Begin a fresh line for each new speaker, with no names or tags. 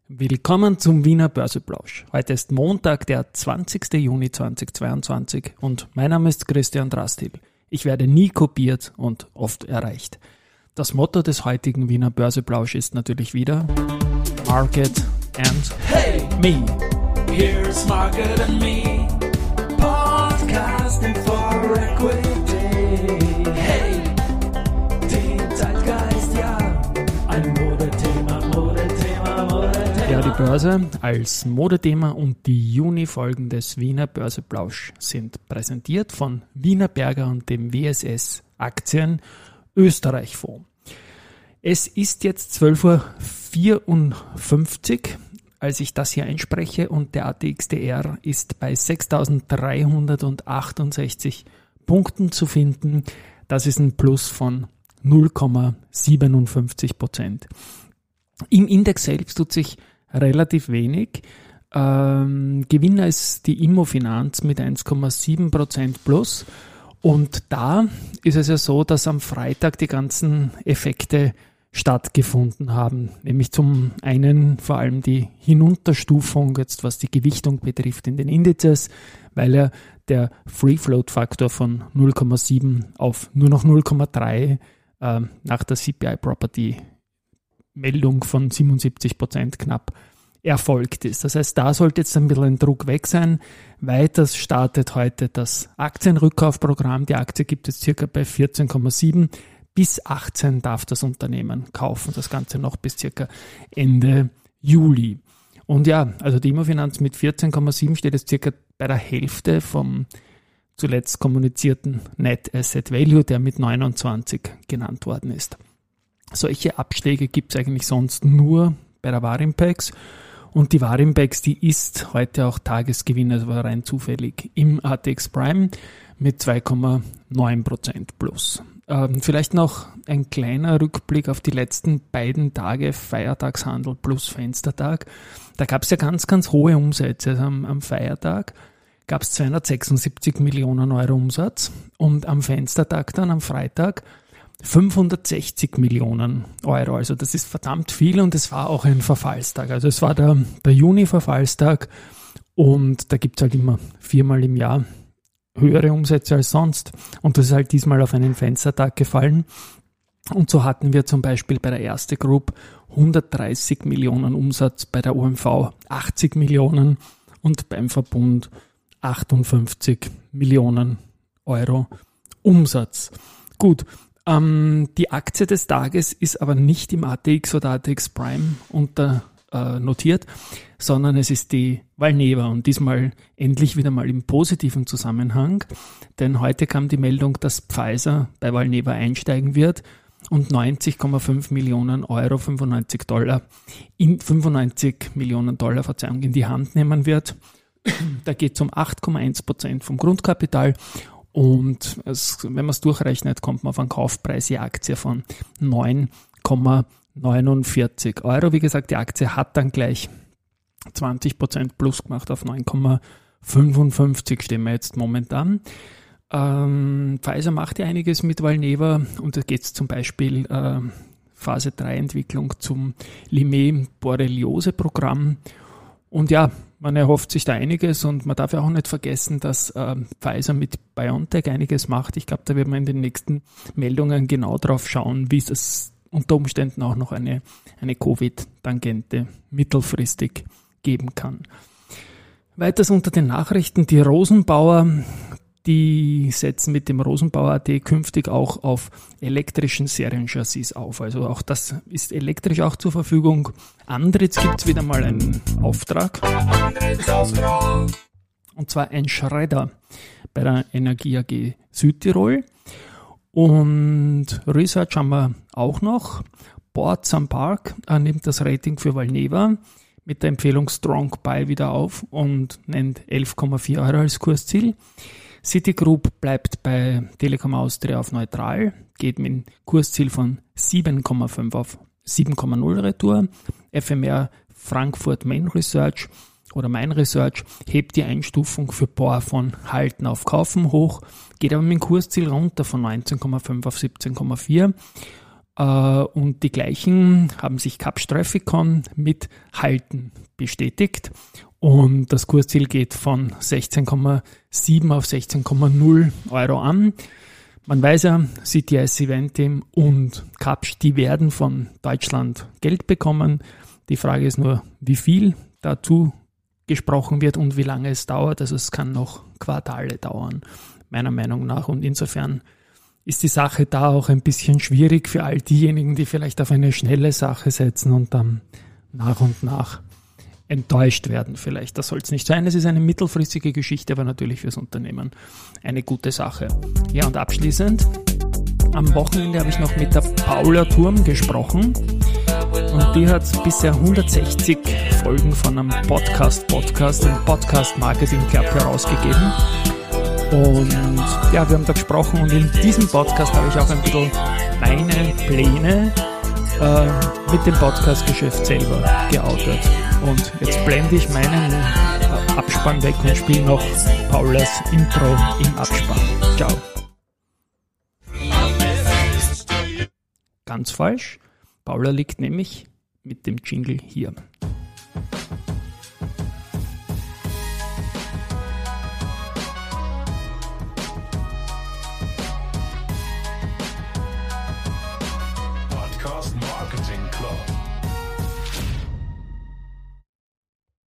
Willkommen zum Wiener Börseplausch. Heute ist Montag, der 20. Juni 2022 und mein Name ist Christian Drastil. Ich werde nie kopiert und oft erreicht. Das Motto des heutigen Wiener Börseplausch ist natürlich wieder Market and Me.
Here's Market and Me, Podcasting for Equity. Hey, die Zeitgeist, ja, ein Modethema.
Ja, die Börse als Modethema und die Juni-Folgen des Wiener Börseplausch sind präsentiert von Wiener Berger und dem WSS Aktien Österreich Fonds. Es ist jetzt 12.54 Uhr, als ich das hier einspreche, und der ATXDR ist bei 6.368 Punkten zu finden. Das ist ein Plus von 0,57%. Im Index selbst tut sich relativ wenig. Gewinner ist die Immofinanz mit 1,7% plus. Und da ist es ja so, dass am Freitag die ganzen Effekte stattgefunden haben. Nämlich zum einen vor allem die Hinunterstufung, jetzt was die Gewichtung betrifft in den Indizes, weil ja der Free-Float-Faktor von 0,7 auf nur noch 0,3 nach der CPI-Property-Meldung von 77% knapp erfolgt ist. Das heißt, da sollte jetzt ein bisschen ein Druck weg sein. Weiter startet heute das Aktienrückkaufprogramm. Die Aktie gibt es circa bei 14,7. Bis 18 darf das Unternehmen kaufen. Das Ganze noch bis circa Ende Juli. Und ja, also die Immofinanz mit 14,7 steht jetzt circa bei der Hälfte vom zuletzt kommunizierten Net Asset Value, der mit 29 genannt worden ist. Solche Abschläge gibt es eigentlich sonst nur bei der Warimpex. Und die Warimpex, die ist heute auch Tagesgewinner, also war rein zufällig im ATX Prime mit 2,9% plus. Vielleicht noch ein kleiner Rückblick auf die letzten beiden Tage, Feiertagshandel plus Fenstertag. Da gab es ja ganz, ganz hohe Umsätze. Also am Feiertag gab es 276 Millionen Euro Umsatz und am Fenstertag dann am Freitag 560 Millionen Euro. Also das ist verdammt viel und es war auch ein Verfallstag. Also es war der Juni-Verfallstag und da gibt es halt immer 4-mal im Jahr höhere Umsätze als sonst. Und das ist halt diesmal auf einen Fenstertag gefallen. Und so hatten wir zum Beispiel bei der Erste Group 130 Millionen Umsatz, bei der OMV 80 Millionen und beim Verbund 58 Millionen Euro Umsatz. Gut, die Aktie des Tages ist aber nicht im ATX oder ATX Prime notiert, sondern es ist die Valneva und diesmal endlich wieder mal im positiven Zusammenhang, denn heute kam die Meldung, dass Pfizer bei Valneva einsteigen wird und 90,5 Millionen Euro, 95 Millionen Dollar in die Hand nehmen wird. Da geht es um 8,1% vom Grundkapital und wenn man es durchrechnet, kommt man auf einen Kaufpreis je Aktie von 9,49 Euro. Wie gesagt, die Aktie hat dann gleich 20% plus gemacht auf 9,55 stehen wir jetzt momentan. Pfizer macht ja einiges mit Valneva und da geht es zum Beispiel Phase 3 Entwicklung zum Lyme-Borreliose-Programm. Und ja, man erhofft sich da einiges und man darf ja auch nicht vergessen, dass Pfizer mit BioNTech einiges macht. Ich glaube, da wird man in den nächsten Meldungen genau drauf schauen, wie es unter Umständen auch noch eine Covid-Tangente mittelfristig geben kann. Weiters unter den Nachrichten, die Rosenbauer, die setzen mit dem Rosenbauer AT künftig auch auf elektrischen Serienchassis auf. Also auch das ist elektrisch auch zur Verfügung. Andritz gibt es wieder mal einen Auftrag. Und zwar ein Schredder bei der Energie AG Südtirol. Und Research haben wir auch noch. Boards & Park nimmt das Rating für Valneva mit der Empfehlung Strong Buy wieder auf und nennt 11,4 Euro als Kursziel. Citigroup bleibt bei Telekom Austria auf neutral, geht mit einem Kursziel von 7,5 auf 7,0 Retour. FMR Frankfurt Main Research hebt die Einstufung für BOR von Halten auf Kaufen hoch, geht aber mit dem Kursziel runter von 19,5 auf 17,4. Und die gleichen haben sich Kapsch Trafficon mit Halten bestätigt. Und das Kursziel geht von 16,7 auf 16,0 Euro an. Man weiß ja, CTS Eventim und Kapsch, die werden von Deutschland Geld bekommen. Die Frage ist nur, wie viel dazu gesprochen wird und wie lange es dauert. Also es kann noch Quartale dauern, meiner Meinung nach. Und insofern ist die Sache da auch ein bisschen schwierig für all diejenigen, die vielleicht auf eine schnelle Sache setzen und dann nach und nach enttäuscht werden vielleicht. Das soll es nicht sein. Es ist eine mittelfristige Geschichte, aber natürlich fürs Unternehmen eine gute Sache. Ja, und abschließend, am Wochenende habe ich noch mit der Paula Thurm gesprochen und die hat bisher 160 Folgen von einem Podcast im Podcast Marketing Club herausgegeben. Und ja, wir haben da gesprochen und in diesem Podcast habe ich auch ein bisschen meine Pläne mit dem Podcast-Geschäft selber geoutet. Und jetzt blende ich meinen Abspann weg und spiele noch Paulas Intro im Abspann. Ciao. Ganz falsch. Paula liegt nämlich mit dem Jingle hier.
Podcast Marketing Club.